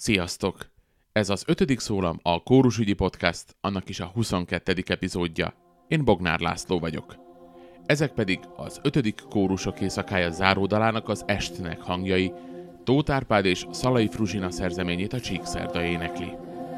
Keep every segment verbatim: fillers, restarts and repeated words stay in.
Sziasztok! Ez az ötödik szólam, a Kórusügyi Podcast, annak is a huszonkettedik epizódja. Én Bognár László vagyok. Ezek pedig az ötödik Kórusok éjszakája záródalának az Estnek hangjai, Tóth Árpád és Szalai Fruzsina szerzeményét a Csíkszerda énekli.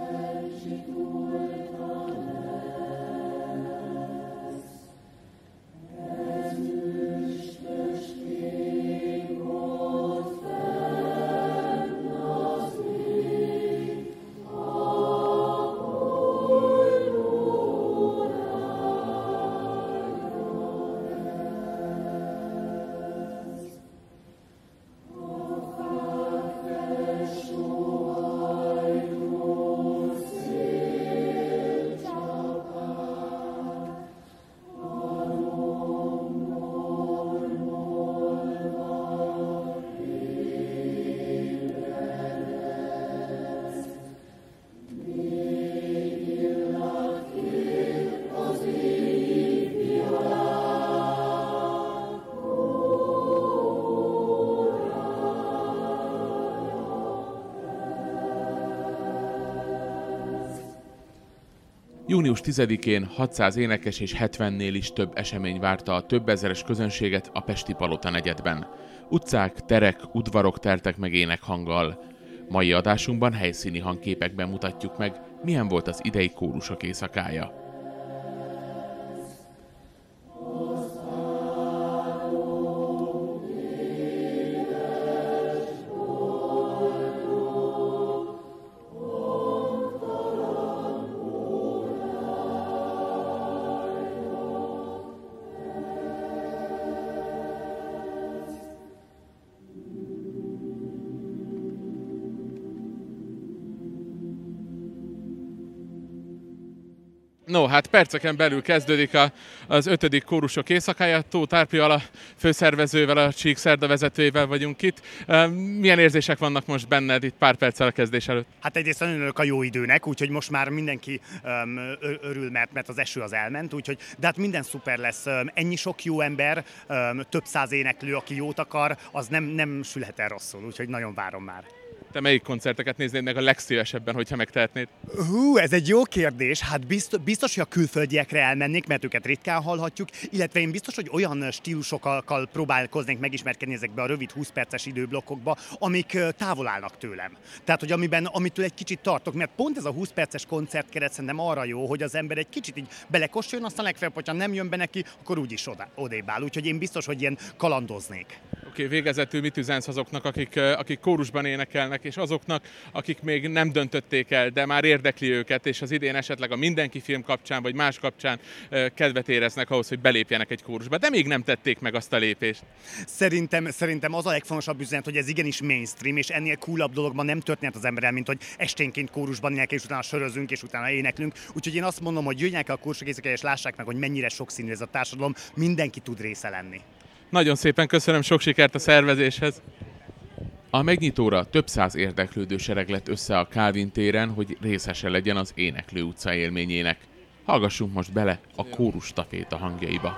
június tizedikén hatszáz énekes és hetvennél is több esemény várta a több ezeres közönséget a pesti Palota negyedben. Utcák, terek, udvarok teltek meg énekhanggal. Mai adásunkban helyszíni hangképekben mutatjuk meg, milyen volt az idei kórusok éjszakája. No, hát perceken belül kezdődik a, az ötödik kórusok éjszakája. Tóth Árpád a főszervezővel, a Csíkszerda vezetőjével vagyunk itt. Milyen érzések vannak most benned itt pár perccel a kezdés előtt? Hát egyrészt nagyon örülök a jó időnek, úgyhogy most már mindenki um, örül, mert, mert az eső az elment, úgyhogy, de hát minden szuper lesz. Ennyi sok jó ember, um, több száz éneklő, aki jót akar, az nem, nem sülhet el rosszul, úgyhogy nagyon várom már. Te melyik koncerteket néznéd meg a legszívesebben, hogyha megtehetnéd? Hú, ez egy jó kérdés. Hát biztos, biztos, hogy a külföldiekre elmennék, mert őket ritkán hallhatjuk, illetve én biztos, hogy olyan stílusokkal próbálkoznék megismerkedni ezekbe a rövid húsz perces időblokkokba, amik távol állnak tőlem. Tehát, hogy amiben, amitől egy kicsit tartok, mert pont ez a húsz perces koncertkeret szerintem arra jó, hogy az ember egy kicsit így belekossoljon, aztán legfeljebb, hogyha nem jön be neki, akkor úgyis oda, odébb áll. Úgyhogy én biztos, hogy ilyen kalandoznék. Oké, okay, végezetül mit üzensz azoknak, akik, akik kórusban énekelnek, és azoknak, akik még nem döntötték el, de már érdekli őket, és az idén esetleg a Mindenki film kapcsán, vagy más kapcsán kedvet éreznek ahhoz, hogy belépjenek egy kórusba, de még nem tették meg azt a lépést. Szerintem, szerintem az a legfontosabb üzenet, hogy ez igenis mainstream, és ennél coolabb dologban nem történhet az emberrel, mint hogy esténként kórusban énekel, és utána sörözünk, és utána éneklünk. Úgyhogy én azt mondom, hogy jöjjenek el a kórusok éjszakájára, és lássák meg, hogy mennyire sokszínű ez a társadalom, mindenki tud része lenni. Nagyon szépen köszönöm, sok sikert a szervezéshez! A megnyitóra több száz érdeklődő sereg lett össze a Kálvin téren, hogy részese legyen az Éneklő utca élményének. Hallgassunk most bele a kórus staféta hangjaiba.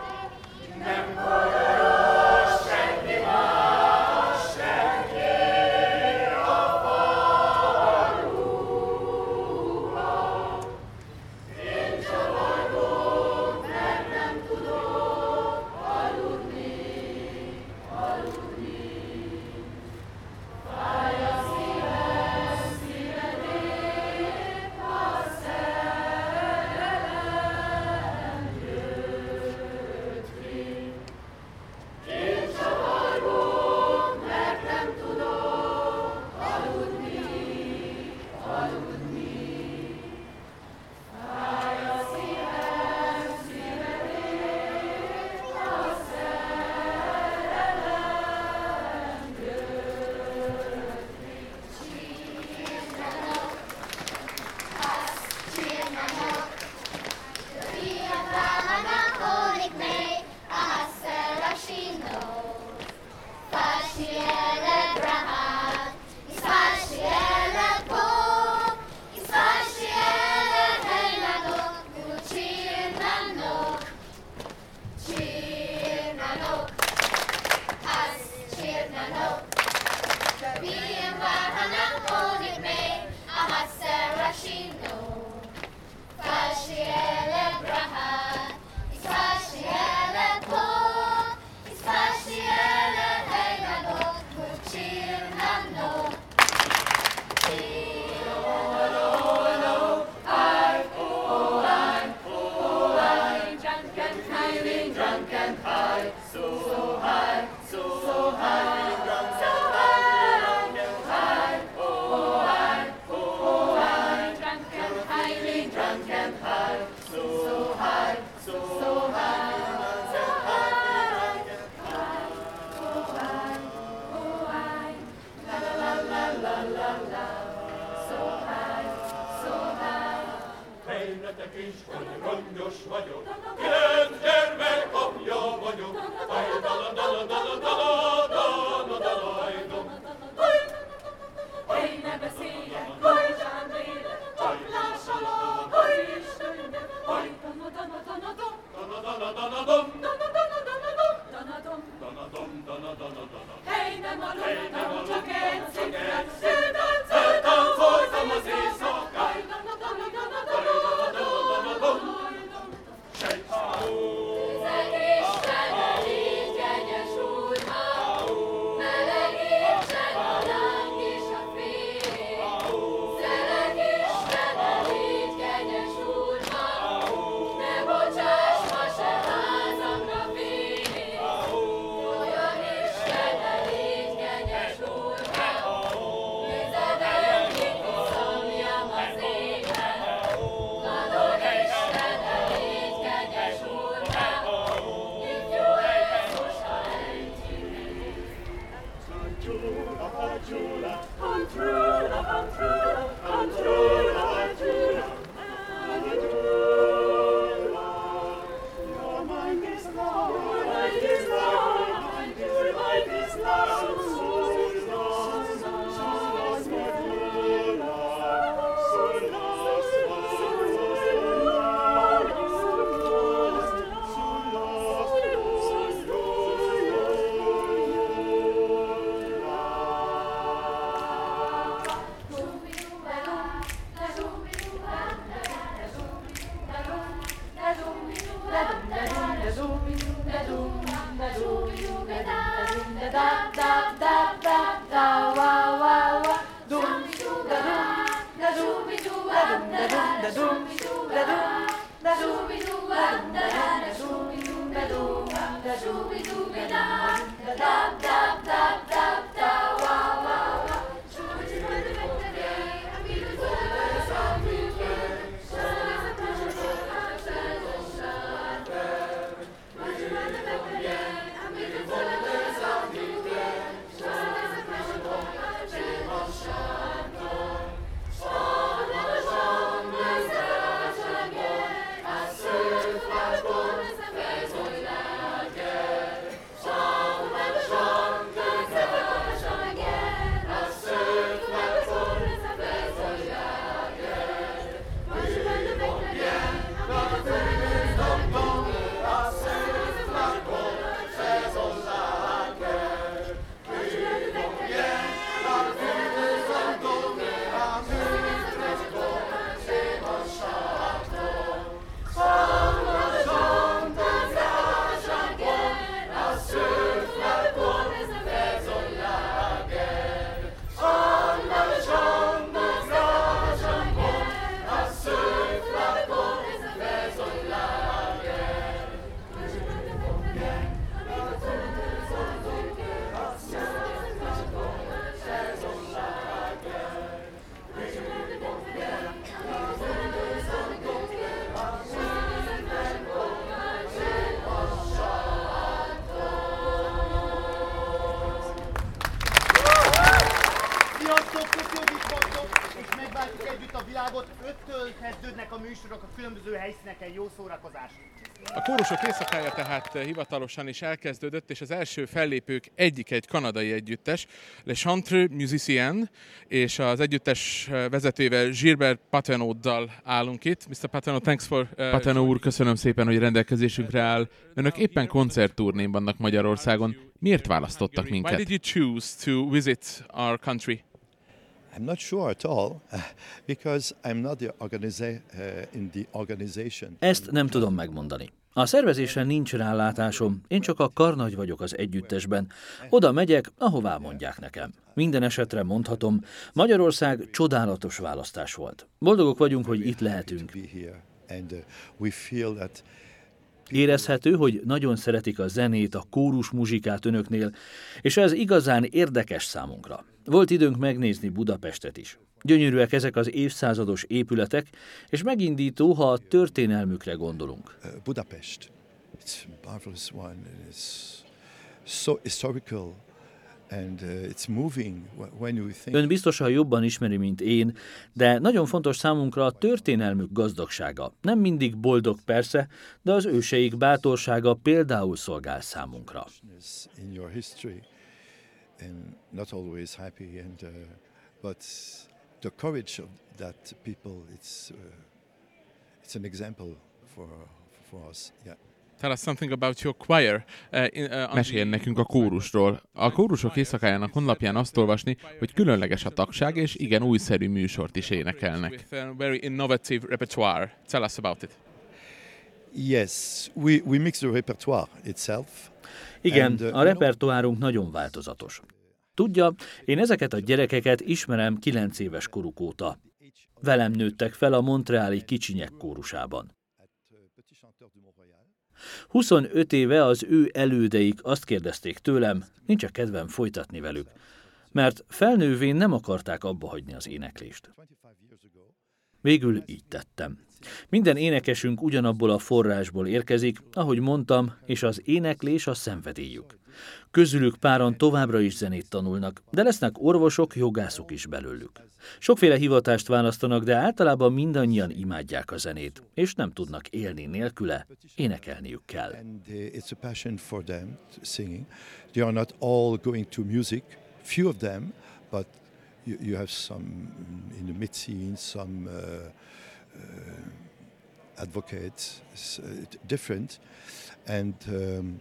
A kórusok éjszakája tehát hivatalosan is elkezdődött, és az első fellépők egyik egy kanadai együttes, Les Chantres Musiciens, és az együttes vezetőjével Gilbert Patenauddal állunk itt. miszter Patenaud, thanks for... Uh, Patenaud úr, köszönöm szépen, hogy rendelkezésünkre áll. Önök éppen koncertturnén vannak Magyarországon. Miért választottak minket? Why did you choose to visit our country? I'm not sure at all, because I'm not the organiza- uh, in the organization. Ezt nem tudom megmondani. A szervezésen nincs rálátásom, én csak a karnagy vagyok az együttesben. Oda megyek, ahová mondják nekem. Minden esetre mondhatom, Magyarország csodálatos választás volt. Boldogok vagyunk, hogy itt lehetünk. Érezhető, hogy nagyon szeretik a zenét, a kórus muzsikát önöknél, és ez igazán érdekes számunkra. Volt időnk megnézni Budapestet is. Gyönyörűek ezek az évszázados épületek, és megindító, ha a történelmükre gondolunk. Uh, Budapest, it's a marvelous one. It's so historical And uh, it's moving when you think. Ön biztosan jobban ismeri, mint én, de nagyon fontos számunkra a történelmük gazdagsága. Nem mindig boldog persze, de az őseik bátorsága például szolgál számunkra. In your history, and not always happy, and uh, but the courage of that people, it's uh, it's an example for for us. Yeah. Tell us something about your choir. Uh, in, uh, Meséljen nekünk a kórusról. A Kórusok Éjszakájának honlapján azt olvasni, hogy különleges a tagság, és igen újszerű műsort is énekelnek. With a very innovative repertoire. Tell us about it. Yes, we, we mix the repertoire itself. Igen, and, uh, a repertoárunk nagyon változatos. Tudja, én ezeket a gyerekeket ismerem kilenc éves koruk óta. Velem nőttek fel a montreali kicsinyek kórusában. huszonöt éve az ő elődeik azt kérdezték tőlem, nincs-e kedvem folytatni velük, mert felnővén nem akarták abba hagyni az éneklést. Végül így tettem. Minden énekesünk ugyanabból a forrásból érkezik, ahogy mondtam, és az éneklés a szenvedélyük. Közülük páran továbbra is zenét tanulnak, de lesznek orvosok, jogászok is belőlük. Sokféle hivatást választanak, de általában mindannyian imádják a zenét, és nem tudnak élni nélküle, énekelniük kell. It's a passion for them, singing. They are not all going to music, few of them, but you, you have some in the mid-scene, some uh, uh, advocates, uh, different, and um,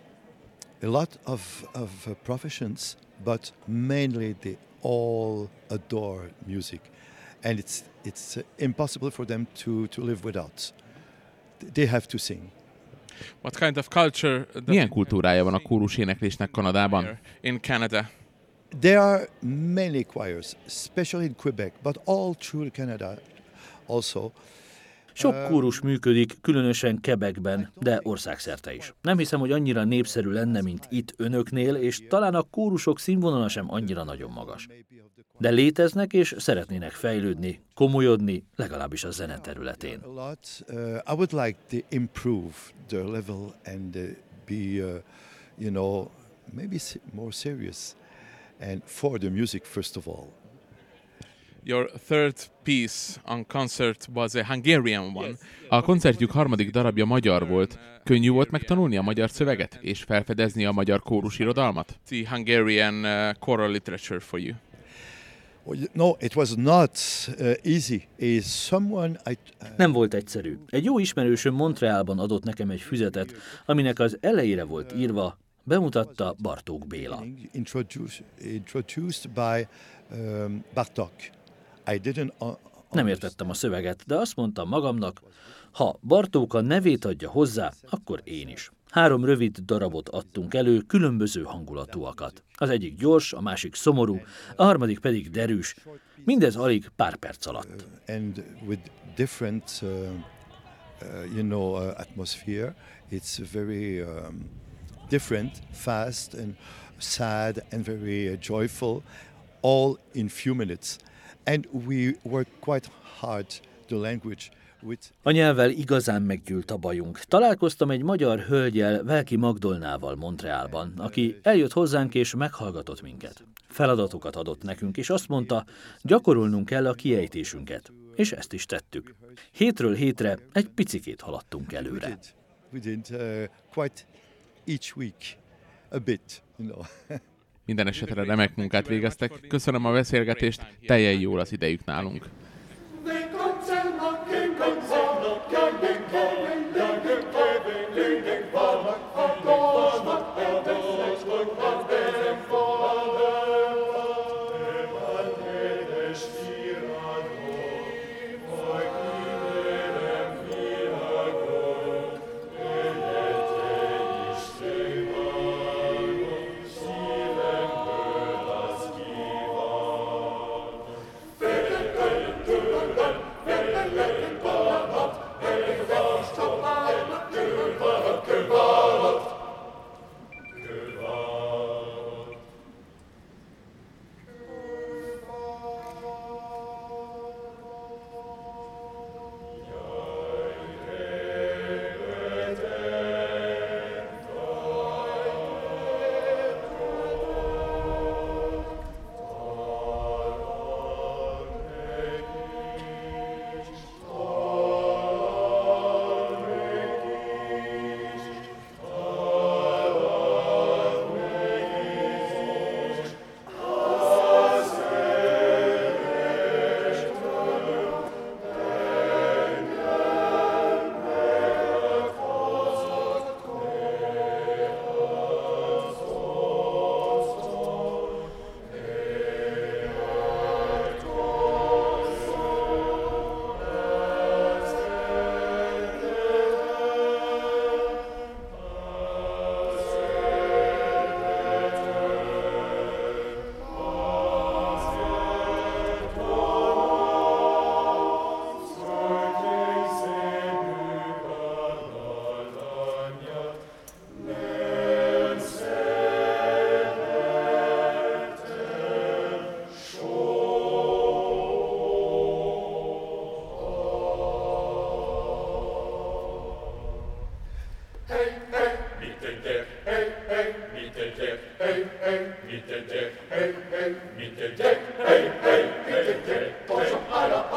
a lot of, of uh, professions, but mainly they all adore music, and it's it's uh, impossible for them to, to live without. They have to sing. What kind of culture? Milyen kultúrája van a kórus éneklésnek Kanadában? In Canada. There are many choirs, especially in Quebec, but all through Canada also. Sok kórus működik, különösen Quebecben, de országszerte is. Nem hiszem, hogy annyira népszerű lenne, mint itt önöknél, és talán a kórusok színvonala sem annyira nagyon magas. De léteznek és szeretnének fejlődni, komolyodni, legalábbis a zene területén. I would like to improve the level and be, you know, maybe more serious, and for the music first of all. Your third piece on concert was a Hungarian one. A koncertjük harmadik darabja magyar volt. Könnyű volt megtanulni a magyar szöveget, és felfedezni a magyar kórusirodalmat? The Hungarian uh, choral literature for you. No, it was not uh, easy. Is someone I, uh... Nem volt egyszerű. Egy jó ismerősöm Montrealban adott nekem egy füzetet, aminek az elejére volt írva, bemutatta Bartók Béla. Introduced, introduced by um, Bartók. I didn't uh, Nem értettem a szöveget, de azt mondtam magamnak, ha Bartók a nevét adja hozzá, akkor én is. Három rövid darabot adtunk elő, különböző hangulatúakat. Az egyik gyors, a másik szomorú, a harmadik pedig derűs. Mindez alig pár perc alatt. And with different, uh, uh, you know, uh, atmosphere, it's very um, different, fast and sad and very uh, joyful, all in few minutes. And we worked quite hard the language. A nyelvvel igazán meggyűlt a bajunk. Találkoztam egy magyar hölgyel, Velki Magdolnával Montrealban, aki eljött hozzánk és meghallgatott minket. Feladatokat adott nekünk, és azt mondta, gyakorolnunk kell a kiejtésünket. És ezt is tettük. Hétről hétre egy picikét haladtunk előre. Minden esetre remek munkát végeztek. Köszönöm a beszélgetést, teljen jól az idejük nálunk.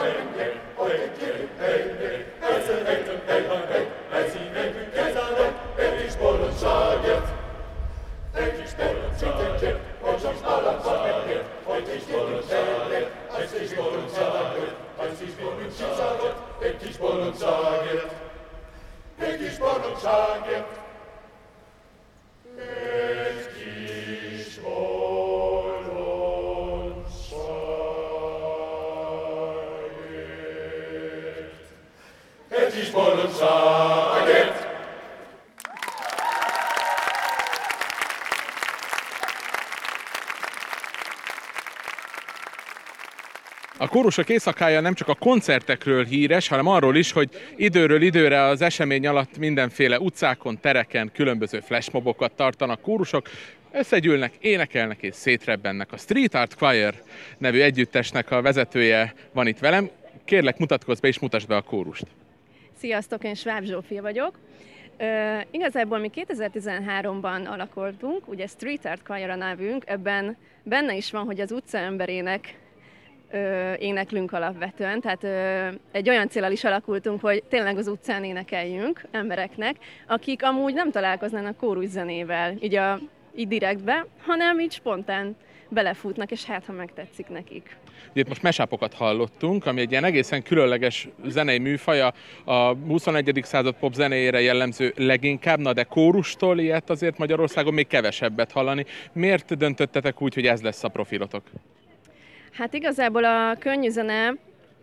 A kórusok éjszakája nem csak a koncertekről híres, hanem arról is, hogy időről időre az esemény alatt mindenféle utcákon, tereken különböző flashmobokat tartanak kórusok, összegyűlnek, énekelnek és szétrebbennek. A Street Art Choir nevű együttesnek a vezetője van itt velem. Kérlek, mutatkozz be és mutasd be a kórust. Sziasztok, én Schwab Zsófia vagyok. Uh, igazából mi kétezer-tizenháromban alakultunk, ugye Street Art Choir a nevünk, ebben benne is van, hogy az utca emberének uh, éneklünk alapvetően, tehát uh, egy olyan céllal is alakultunk, hogy tényleg az utcán énekeljünk embereknek, akik amúgy nem találkoznának kóruszenével, így, a, így direktbe, hanem így spontán belefutnak, és hát, ha megtetszik nekik. Itt most mesápokat hallottunk, ami egy ilyen egészen különleges zenei műfaja, a huszonegyedik század pop zenéjére jellemző leginkább, na de kórustól ilyet azért Magyarországon még kevesebbet hallani. Miért döntöttetek úgy, hogy ez lesz a profilotok? Hát igazából a könnyű zene,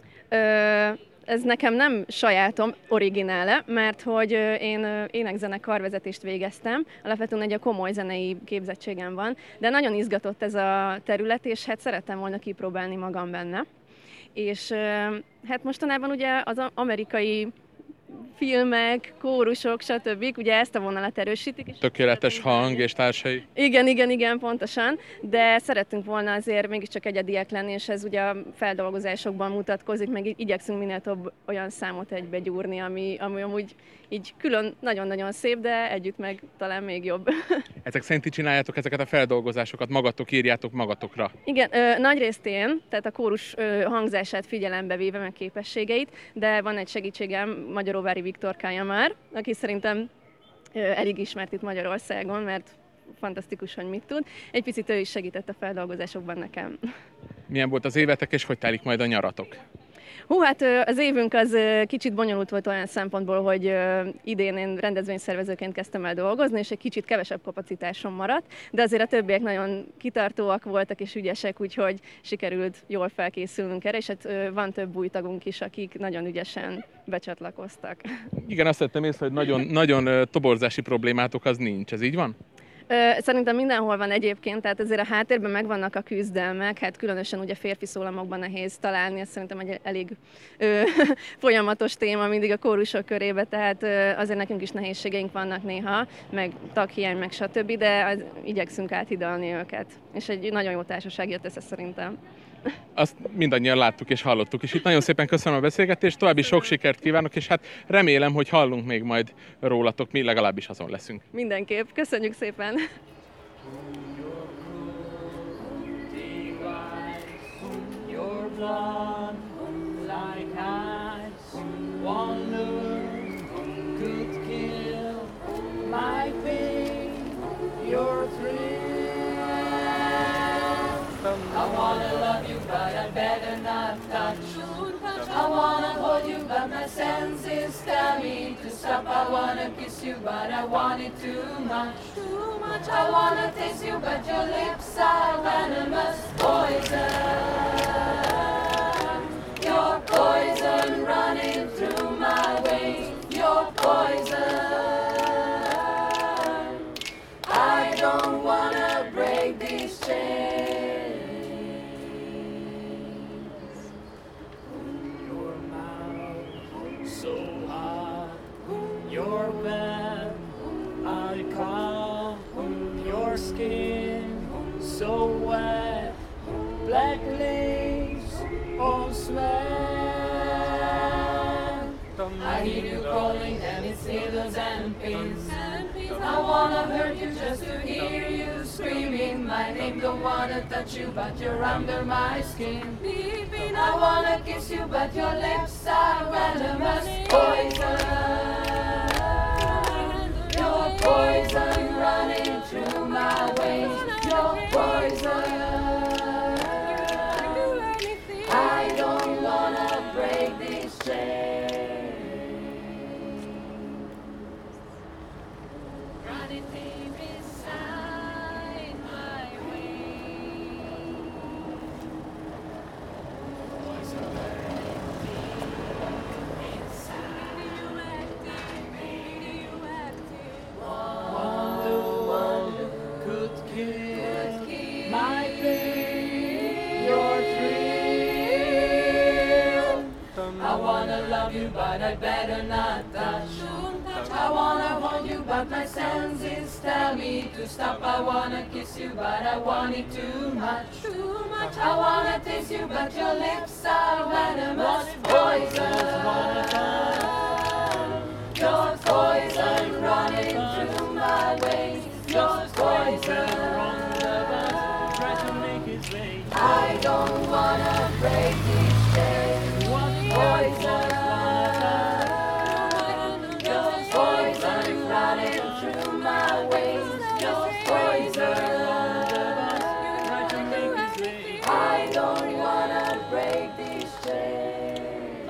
ez nekem nem sajátom, originále, mert hogy én énekzene karvezetést végeztem, alapvetően egy a komoly zenei képzettségem van, de nagyon izgatott ez a terület, és hát szerettem volna kipróbálni magam benne. És hát mostanában ugye az amerikai filmek, kórusok, stb. Ugye ezt a vonalat erősítik. És tökéletes hang és társai. Igen, igen, igen, pontosan, de szerettünk volna azért mégiscsak egyediek lenni, és ez ugye a feldolgozásokban mutatkozik, meg igyekszünk minél több olyan számot egybe gyúrni, ami, ami amúgy így külön nagyon-nagyon szép, de együtt meg talán még jobb. Ezek szerint ti csináljátok ezeket a feldolgozásokat, magatok írjátok magatokra? Igen, ö, nagyrészt én, tehát a kórus ö, hangzását figyelembe véve, meg képességeit, de van egy segítségem, Magyaróvári Viktorkája már, aki szerintem ö, elég ismert itt Magyarországon, mert fantasztikus, hogy mit tud. Egy picit ő is segített a feldolgozásokban nekem. Milyen volt az évetek, és hogy telik majd a nyaratok? Hú, hát az évünk az kicsit bonyolult volt olyan szempontból, hogy idén én rendezvényszervezőként kezdtem el dolgozni, és egy kicsit kevesebb kapacitásom maradt, de azért a többiek nagyon kitartóak voltak és ügyesek, úgyhogy sikerült jól felkészülnünk erre, és hát van több új tagunk is, akik nagyon ügyesen becsatlakoztak. Igen, azt vettem észre, hogy nagyon, nagyon toborzási problémátok az nincs, ez így van? Szerintem mindenhol van egyébként, tehát azért a háttérben megvannak a küzdelmek, hát különösen ugye férfi szólamokban nehéz találni, ez szerintem egy elég ö, folyamatos téma mindig a kórusok körébe, tehát ö, azért nekünk is nehézségeink vannak néha, meg taghiány, meg stb., de az, igyekszünk áthidalni őket, és egy nagyon jó társaság jött össze szerintem. Azt mindannyian láttuk és hallottuk, és itt nagyon szépen köszönöm a beszélgetést, további sok sikert kívánok, és hát remélem, hogy hallunk még majd rólatok, mi legalábbis azon leszünk. Mindenképp, köszönjük szépen! I wanna love you, but I better not touch. I wanna hold you, but my senses tell me to stop. I wanna kiss you, but I want it too much. Too much. I wanna taste you, but your lips are venomous poison. Your poison running through my veins. Your poison. I don't wanna break these chains. Your bed, I call your skin so wet, black leaves on sweat. I hear you calling and it's needles and pins. I wanna hurt you just to hear you screaming my name. Don't wanna touch you, but you're under my skin. I wanna kiss you, but your lips are venomous poison. Your poison running through my veins. Your poison. I don't wanna break this chain. Running deep inside my veins. You, but I better not touch. I wanna hold you, but my senses tell me to stop. I wanna kiss you, but I want it too much. Too much. I wanna taste you, but your lips are venomous poison. Your poison running through my veins. Your poison. I don't wanna break these chains. Poison. I don't wanna break these chains.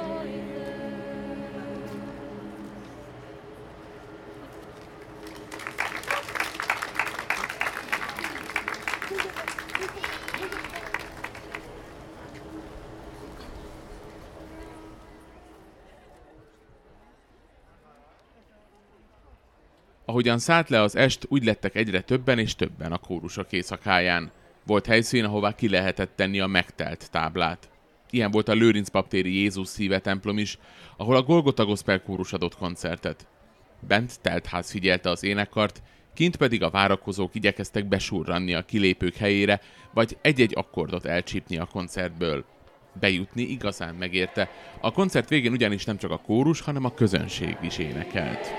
Ahogyan szállt le az est, úgy lettek egyre többen és többen a kórusok éjszakáján. Volt helyszín, ahová ki lehetett tenni a megtelt táblát. Ilyen volt a Lőrinc babtéri Jézus szíve templom is, ahol a Golgota Gospel kórus adott koncertet. Bent teltház figyelte az énekkart, kint pedig a várakozók igyekeztek besurranni a kilépők helyére, vagy egy-egy akkordot elcsípni a koncertből. Bejutni igazán megérte. A koncert végén ugyanis nem csak a kórus, hanem a közönség is énekelt.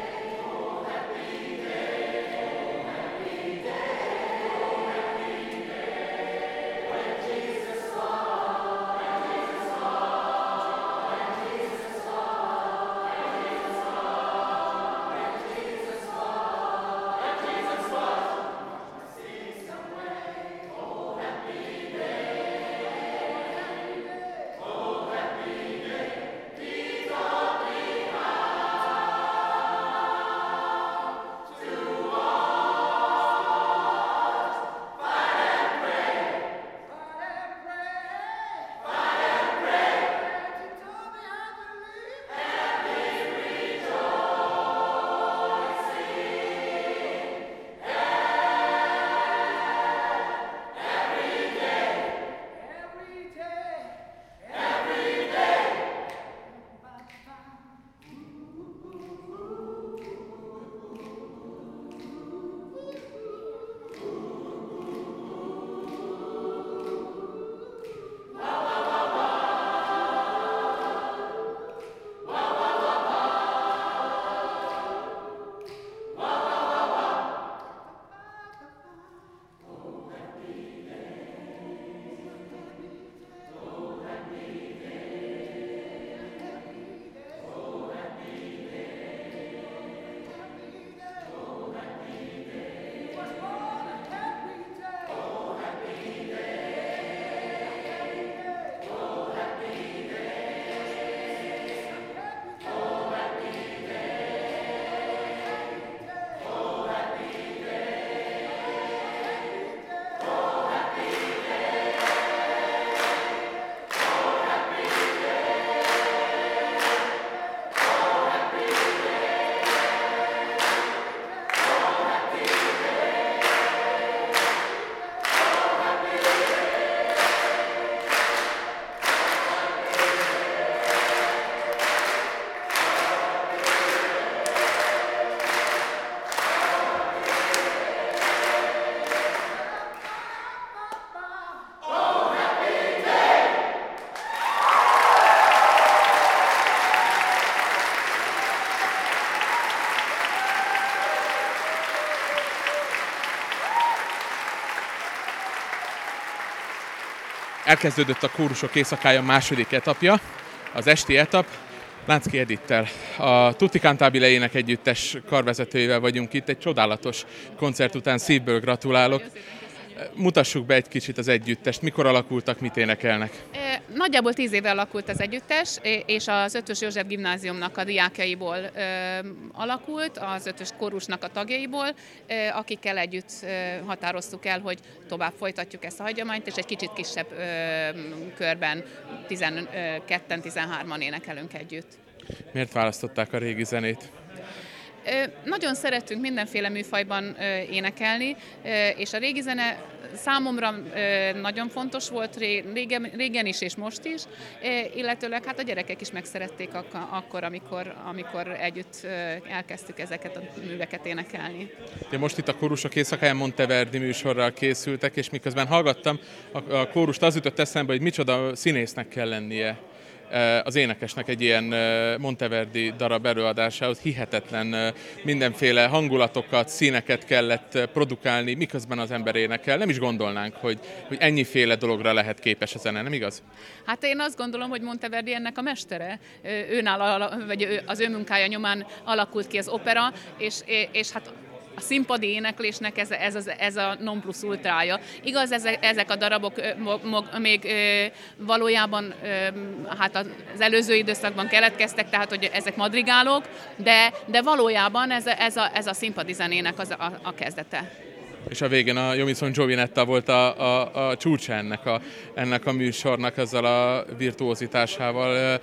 Elkezdődött a Kórusok éjszakája második etapja, az esti etap. Lánczky Edittel, a Tutti Cantabile ének együttes karvezetőjével vagyunk itt, egy csodálatos koncert után szívből gratulálok. Mutassuk be egy kicsit az együttest, mikor alakultak, mit énekelnek? Nagyjából tíz éve alakult az együttes, és az Ötös József Gimnáziumnak a diákjaiból alakult, az Ötös kórusnak a tagjaiból, akikkel együtt határoztuk el, hogy tovább folytatjuk ezt a hagyományt, és egy kicsit kisebb körben, tizenketten, tizenhárman énekelünk együtt. Miért választották a régi zenét? Nagyon szeretünk mindenféle műfajban énekelni, és a régi zene számomra nagyon fontos volt régen, régen is és most is, illetőleg hát a gyerekek is megszerették akkor, amikor, amikor együtt elkezdtük ezeket a műveket énekelni. De most itt a Kórusok éjszakáján Monteverdi műsorral készültek, és miközben hallgattam, a kórust az jutott eszembe, hogy micsoda színésznek kell lennie az énekesnek egy ilyen Monteverdi darab előadásához. Hihetetlen mindenféle hangulatokat, színeket kellett produkálni, miközben az ember énekel. Nem is gondolnánk, hogy, hogy ennyiféle dologra lehet képes a zene, nem igaz? Hát én azt gondolom, hogy Monteverdi ennek a mestere. Őnál, vagy az ő munkája nyomán alakult ki az opera, és, és hát a színpadi éneklésnek ez, ez, ez, ez a non plus ultrája. Igaz, ezek, ezek a darabok még valójában hát az előző időszakban keletkeztek, tehát hogy ezek madrigálok, de, de valójában ez, ez, a, ez a színpadi zenének az a, a kezdete. És a végén a Io mi son Giovinetta volt a, a, a csúcsa ennek a, ennek a műsornak, ezzel a virtuózitásával.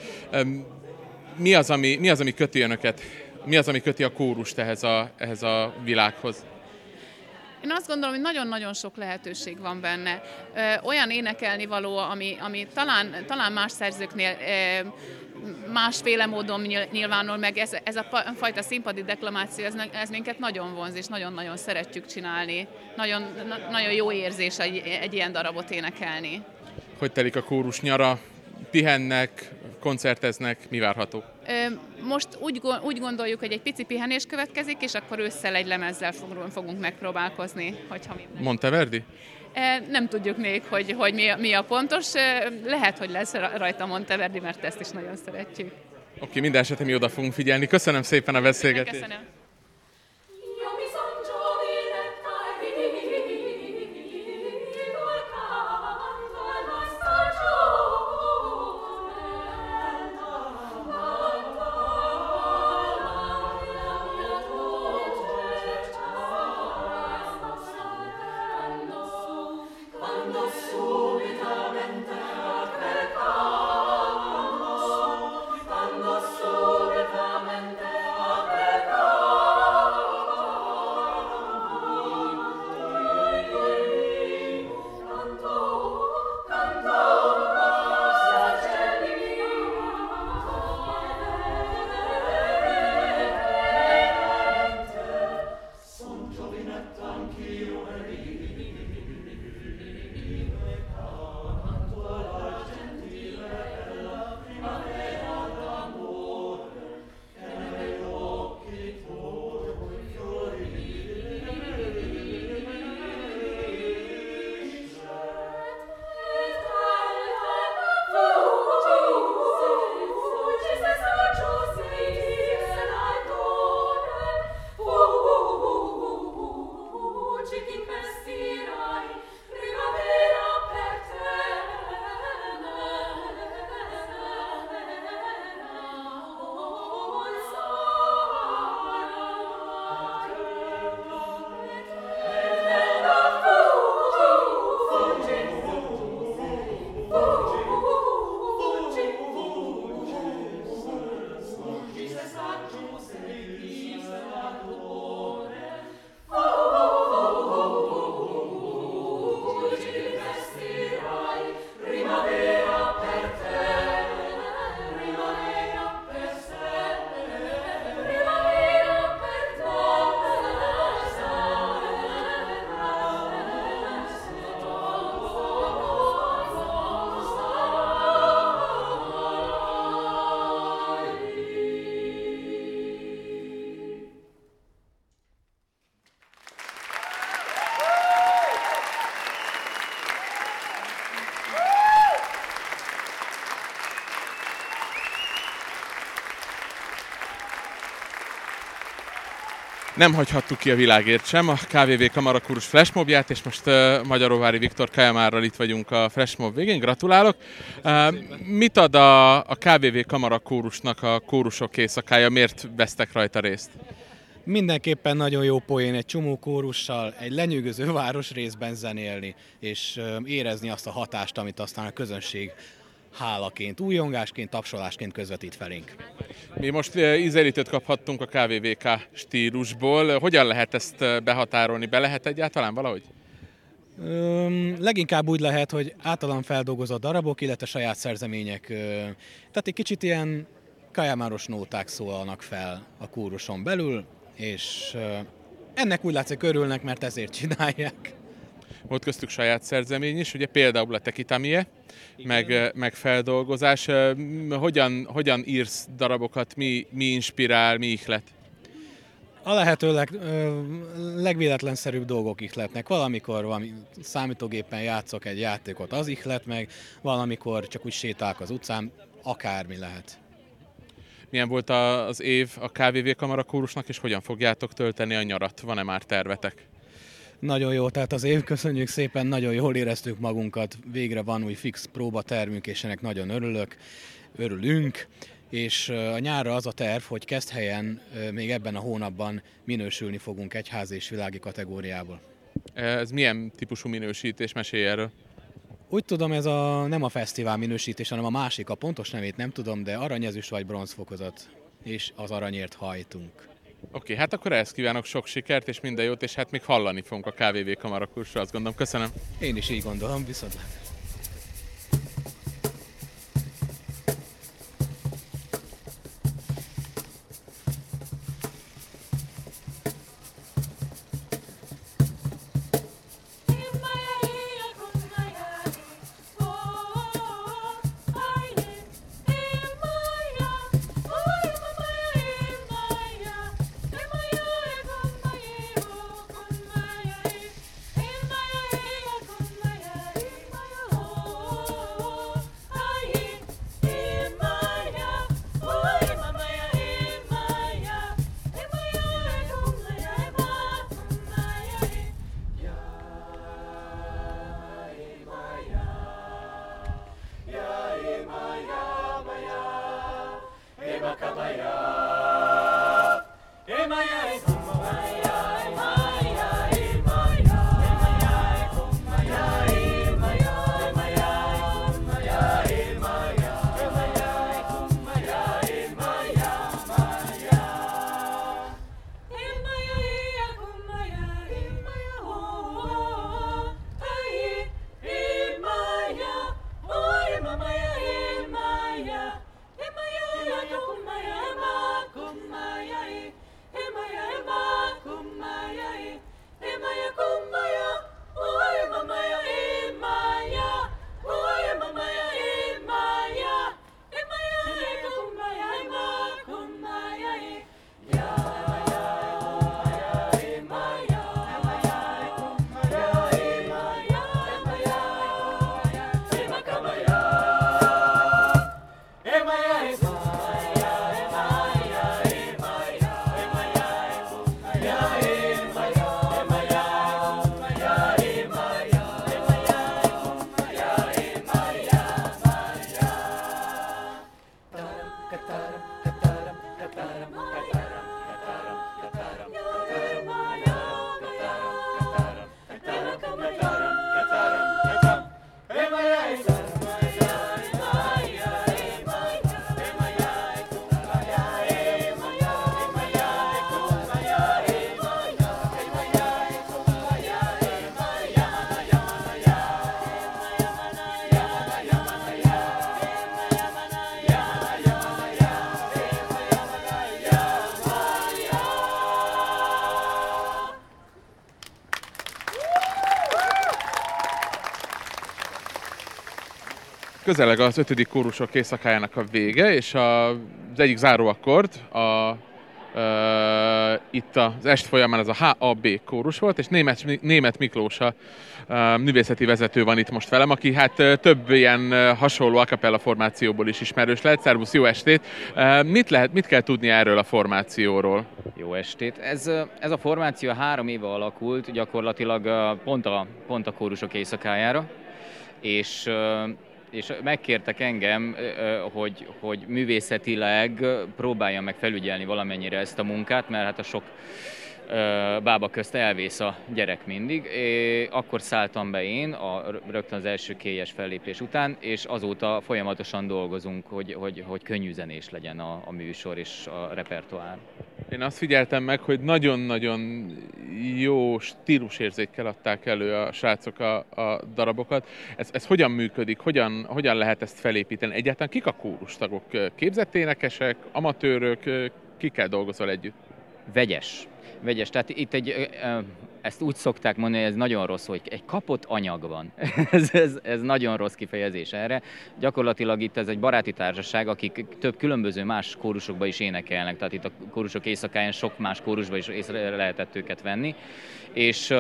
Mi az, ami, mi az, ami köti önöket? Mi az, ami köti a kórust ehhez a, ehhez a világhoz? Én azt gondolom, hogy nagyon-nagyon sok lehetőség van benne. Olyan énekelni való, ami, ami talán, talán más szerzőknél másféle módon nyilvánul meg. Ez, ez a fajta színpadi deklamáció, ez, ez minket nagyon vonz, és nagyon-nagyon szeretjük csinálni. Nagyon, nagyon jó érzés egy, egy ilyen darabot énekelni. Hogy telik a kórus nyara? Pihennek, koncerteznek, mi várható? Most úgy, úgy gondoljuk, hogy egy pici pihenés következik, és akkor ősszel egy lemezzel fogunk megpróbálkozni. Hogyha Monteverdi? Nem tudjuk még, hogy, hogy mi, mi a pontos. Lehet, hogy lesz rajta Monteverdi, mert ezt is nagyon szeretjük. Oké, minden esetre mi oda fogunk figyelni. Köszönöm szépen a beszélgetést. Köszönöm. Quando subitamente a peccato Nem hagyhattuk ki a világért sem a ká vé vé Kamarakórus flashmobját, és most uh, Magyaróvári Viktor Kajamárral itt vagyunk a flashmob végén. Gratulálok! Uh, mit ad a, a ká vé vé Kamarakórusnak a kórusok éjszakája? Miért vesztek rajta részt? Mindenképpen nagyon jó poén egy csomó kórussal, egy lenyűgöző városrészben zenélni, és érezni azt a hatást, amit aztán a közönség hálaként, újongásként, tapsolásként közvetít felénk. Mi most ízelítőt kaphattunk a ká vé vé ká stílusból. Hogyan lehet ezt behatárolni? Be lehet egyáltalán valahogy? Öm, leginkább úgy lehet, hogy általán feldolgozott darabok, illetve saját szerzemények. Tehát egy kicsit ilyen kajamáros nóták szólalnak fel a kóruson belül, és ennek úgy látszik örülnek, mert ezért csinálják. Volt köztük saját szerzemény is, ugye például a Te Kitamie, meg, meg feldolgozás. Hogyan, hogyan írsz darabokat, mi, mi inspirál, mi ihlet? A lehető leg, legvéletlenszerűbb dolgok ihletnek. Valamikor valami számítógépen játszok egy játékot, az ihlet meg, valamikor csak úgy sétálok az utcán, akármi lehet. Milyen volt az év a ká vé vé Kamarakórusnak, és hogyan fogjátok tölteni a nyarat? Van-e már tervetek? Nagyon jó, tehát az év, köszönjük szépen, nagyon jól éreztük magunkat, végre van új fix próbatermünk, és ennek nagyon örülök, örülünk, és a nyárra az a terv, hogy Keszthelyen még ebben a hónapban minősülni fogunk egyházi és világi kategóriából. Ez milyen típusú minősítés? Mesélj erről. Úgy tudom, ez a, nem a fesztivál minősítés, hanem a másik, a pontos nevét nem tudom, de arany, ezüst vagy bronz fokozat, és az aranyért hajtunk. Oké, okay, hát akkor ehhez kívánok sok sikert és minden jót, és hát még hallani fogunk a ká vé vé Kamarakórusról, azt gondolom. Köszönöm. Én is így gondolom, viszont. Közeleg az ötödik kórusok éjszakájának a vége, és a, az egyik záróakkord a, e, itt az est folyamán az a há á bé kórus volt, és Német, Német Miklós a e, művészeti vezető van itt most velem, aki hát több ilyen hasonló a cappella formációból is ismerős lehet. Szervusz, jó estét! E, mit, lehet, mit kell tudni erről a formációról? Jó estét! Ez, ez a formáció három éve alakult, gyakorlatilag pont a, pont a kórusok éjszakájára, és, és megkértek engem, hogy, hogy művészetileg próbáljam meg felügyelni valamennyire ezt a munkát, mert hát a sok bába közt elvész a gyerek mindig. É, akkor szálltam be én, a, rögtön az első kélyes fellépés után, és azóta folyamatosan dolgozunk, hogy, hogy, hogy könnyű zenés legyen a, a műsor és a repertoár. Én azt figyeltem meg, hogy nagyon-nagyon jó stílusérzékkel adták elő a srácok a, a darabokat. Ez, ez hogyan működik? Hogyan, hogyan lehet ezt felépíteni? Egyáltalán kik a kórustagok? Képzett énekesek, amatőrök? Kikkel dolgozol együtt? Vegyes. Vegyes. Tehát itt egy, ezt úgy szokták mondani, hogy ez nagyon rossz, hogy egy kapott anyag van. ez, ez, ez nagyon rossz kifejezés erre. Gyakorlatilag itt ez egy baráti társaság, akik több különböző más kórusokba is énekelnek. Tehát itt a kórusok éjszakáján sok más kórusba is észre lehetett őket venni. És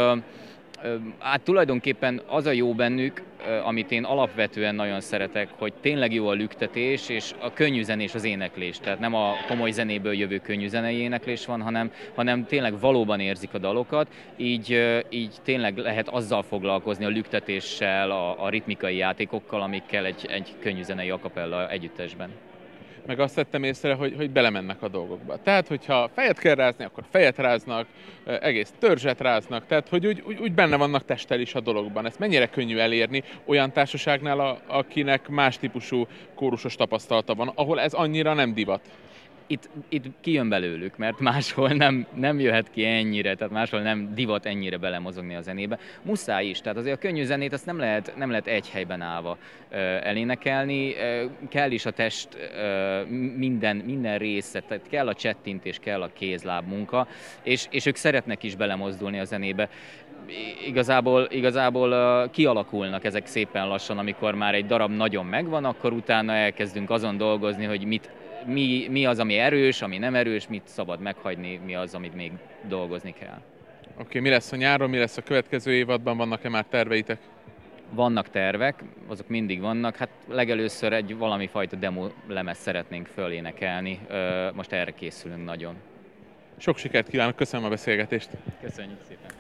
hát tulajdonképpen az a jó bennük, amit én alapvetően nagyon szeretek, hogy tényleg jó a lüktetés és a könnyű zenés az éneklés. Tehát nem a komoly zenéből jövő könnyű zenei éneklés van, hanem, hanem tényleg valóban érzik a dalokat, így, így tényleg lehet azzal foglalkozni a lüktetéssel, a, a ritmikai játékokkal, amikkel egy, egy könnyű zenei a cappella együttesben. Meg azt tettem észre, hogy, hogy belemennek a dolgokba. Tehát, hogyha fejet kell rázni, akkor fejet ráznak, egész törzset ráznak, tehát, hogy úgy, úgy, úgy benne vannak testtel is a dologban. Ezt mennyire könnyű elérni olyan társaságnál, a, akinek más típusú kórusos tapasztalata van, ahol ez annyira nem divat? Itt, itt kijön belőlük, mert máshol nem, nem jöhet ki ennyire, tehát máshol nem divat ennyire belemozogni a zenébe. Muszáj is, tehát azért a könnyű zenét azt nem lehet, nem lehet egy helyben állva ö, elénekelni, ö, kell is a test ö, minden, minden része, tehát kell a csettintés, kell a kézláb munka, és, és ők szeretnek is belemozdulni a zenébe. Igazából, igazából uh, kialakulnak ezek szépen lassan, amikor már egy darab nagyon megvan, akkor utána elkezdünk azon dolgozni, hogy mit Mi, mi az, ami erős, ami nem erős, mit szabad meghagyni, mi az, amit még dolgozni kell. Oké, okay, mi lesz a nyáron, mi lesz a következő évadban, vannak-e már terveitek? Vannak tervek, azok mindig vannak. Hát legelőször egy valami fajta demo lemez szeretnénk fölénekelni, most erre készülünk nagyon. Sok sikert kívánok, köszönöm a beszélgetést! Köszönjük szépen!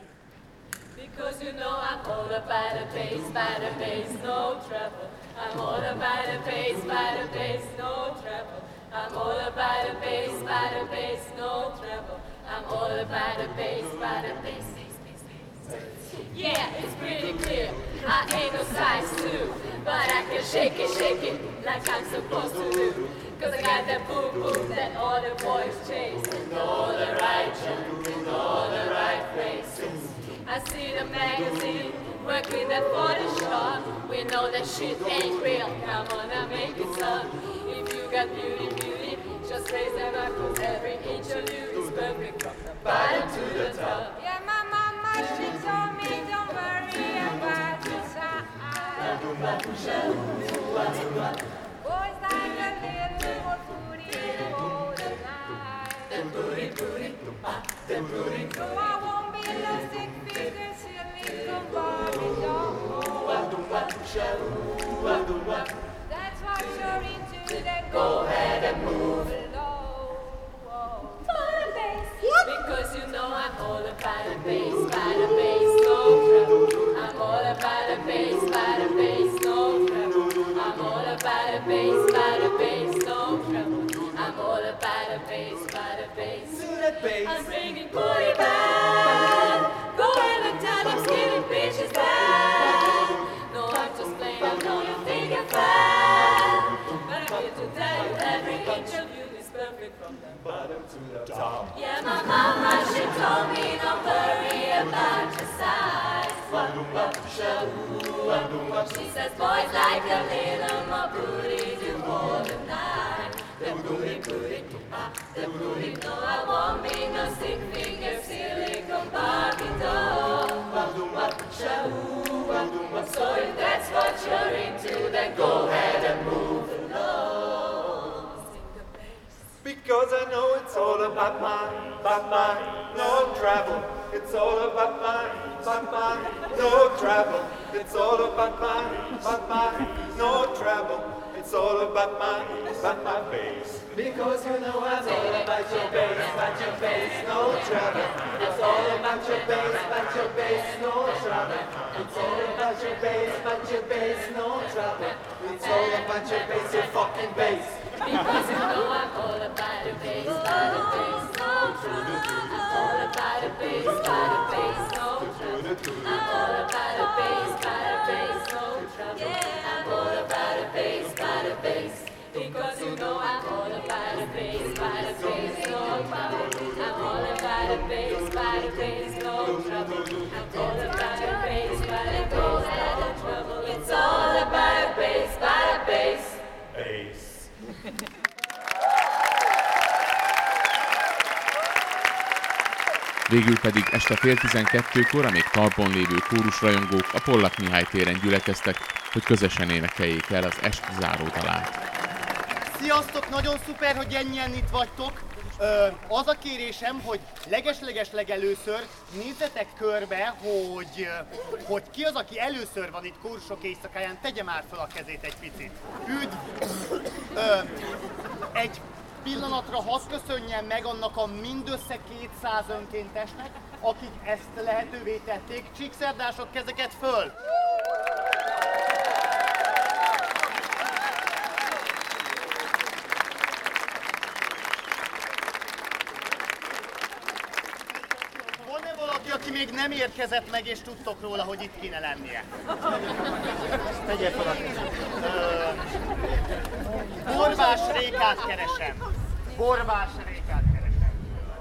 Because you know I'm all about the bass, by the bass, no trouble. I'm all about the bass, by the bass, no trouble. I'm all about the bass, by the bass, no trouble. I'm all about the bass, by the bass, bass, bass, bass. Yeah, it's pretty clear. I ain't no size two, but I can shake it, shake it like I'm supposed to do. Cause I got that boom boom that all the boys chase. And all the right jump, and all the right places. I see the magazine, work with that Photoshop. We know that shit ain't real, come on and make it stop. If you got beauty, beauty, just raise them up, cause every inch of you is perfect from the bottom to the top. Yeah, my mama, she told me don't worry about your size. Boys like a little more booty all the time. Them booty, booty, ah, them booty, So I won't be no stick figure silly somebody, that's what you're into, then go ahead and move low. for the bass. Because you know I'm all about the bass, by the bass, no trouble. I'm all about the bass, by the bass, no trouble. I'm all about the bass, by the bass, no trouble. I'm all about the bass, by the bass. I'm bringing booty back. Go ahead and tell them skinny bitches back. No, I'm just playing, I know you think you're fat. But I'm here to tell you every inch of you is perfect from the bottom to the top. Yeah, my mama, she told me don't worry about your size. She says boys like a little more booty do all the night. Them booty, booty, ah, them booty. No, I won't be no stick figure, silicone Barbie doll. So if that's what you're into, then go ahead and move along. Sing the bass. Because I know it's all about mine, about mine, no travel. It's all about mine, about mine, no travel. It's all about mine, about mine, no travel. It's all about mine, about my bass. Because you know I'm all about your bass. about your bass, no trouble. It's all about your bass, about your bass, no trouble. It's all about your bass, about your bass, no trouble. It's all about your bass, your fucking bass. Because you know I'm all about the bass, about the bass, no trouble. I'm all about the bass, about the bass, no trouble. I'm all about the bass, about the bass, no trouble. I'm all about the bass, about the bass. Because you know I'm all about the bass, about the bass, no trouble. I'm all about the bass, about the bass, no trouble. I'm all about the bass, about the bass, no trouble. It's all about the bass, about the bass. Bass. Végül pedig este fél tizenkettőkor a még talpon lévő kórusrajongók a Pollak Mihály téren gyülekeztek, hogy közösen énekeljék el az est záródalát. Sziasztok, nagyon szuper, hogy ennyien itt vagytok. Ö, az a kérésem, hogy leges-leges legelőször nézzetek körbe, hogy, hogy ki az, aki először van itt kórusok éjszakáján, tegye már fel a kezét egy picit. Üdv! Ö, egy pillanatra hadd köszönjem meg annak a mindössze kétszáz önkéntesnek, akik ezt lehetővé tették. Csíkszerdások, kezeket föl! Van-e valaki, aki még nem érkezett meg, és tudtok róla, hogy itt kéne lennie? Tegye fel a kezét. Borbás Rékát keresem. Borbás Rékát keresem.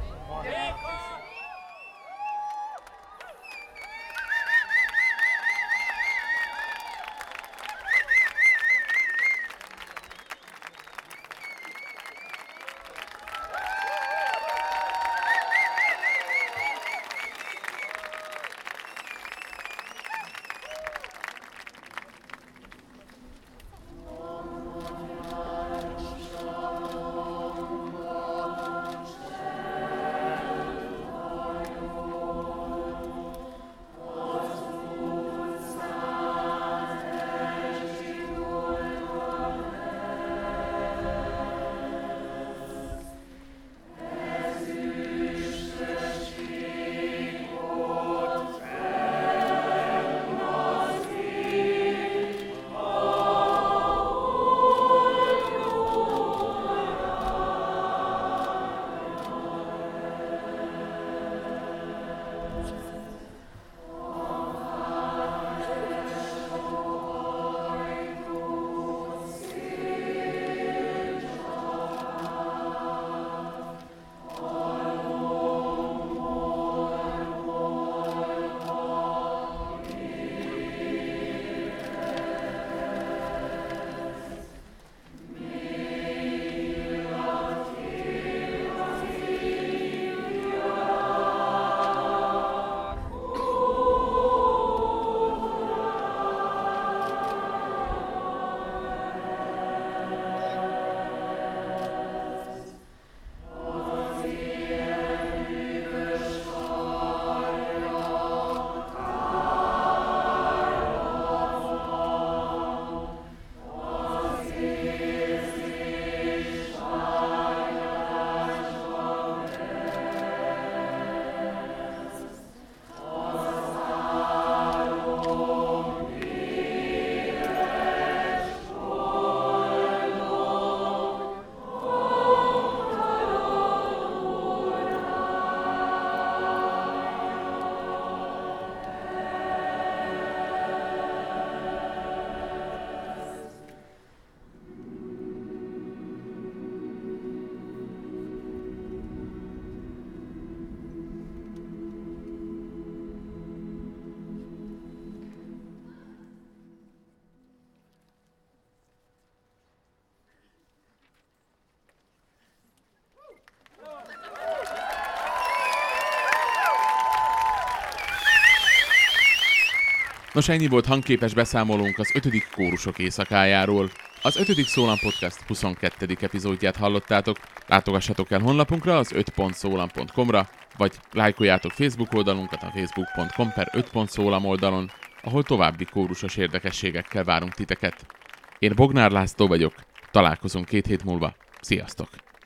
Nos, ennyi volt hangképes beszámolónk az ötödik kórusok éjszakájáról. Az ötödik Szólam Podcast huszonkettedik epizódját hallottátok. Látogassatok el honlapunkra, az öt pont szólam pont com-ra, vagy lájkoljátok Facebook oldalunkat a facebook pont com per öt pont szólam oldalon, ahol további kórusos érdekességekkel várunk titeket. Én Bognár László vagyok, találkozunk két hét múlva. Sziasztok!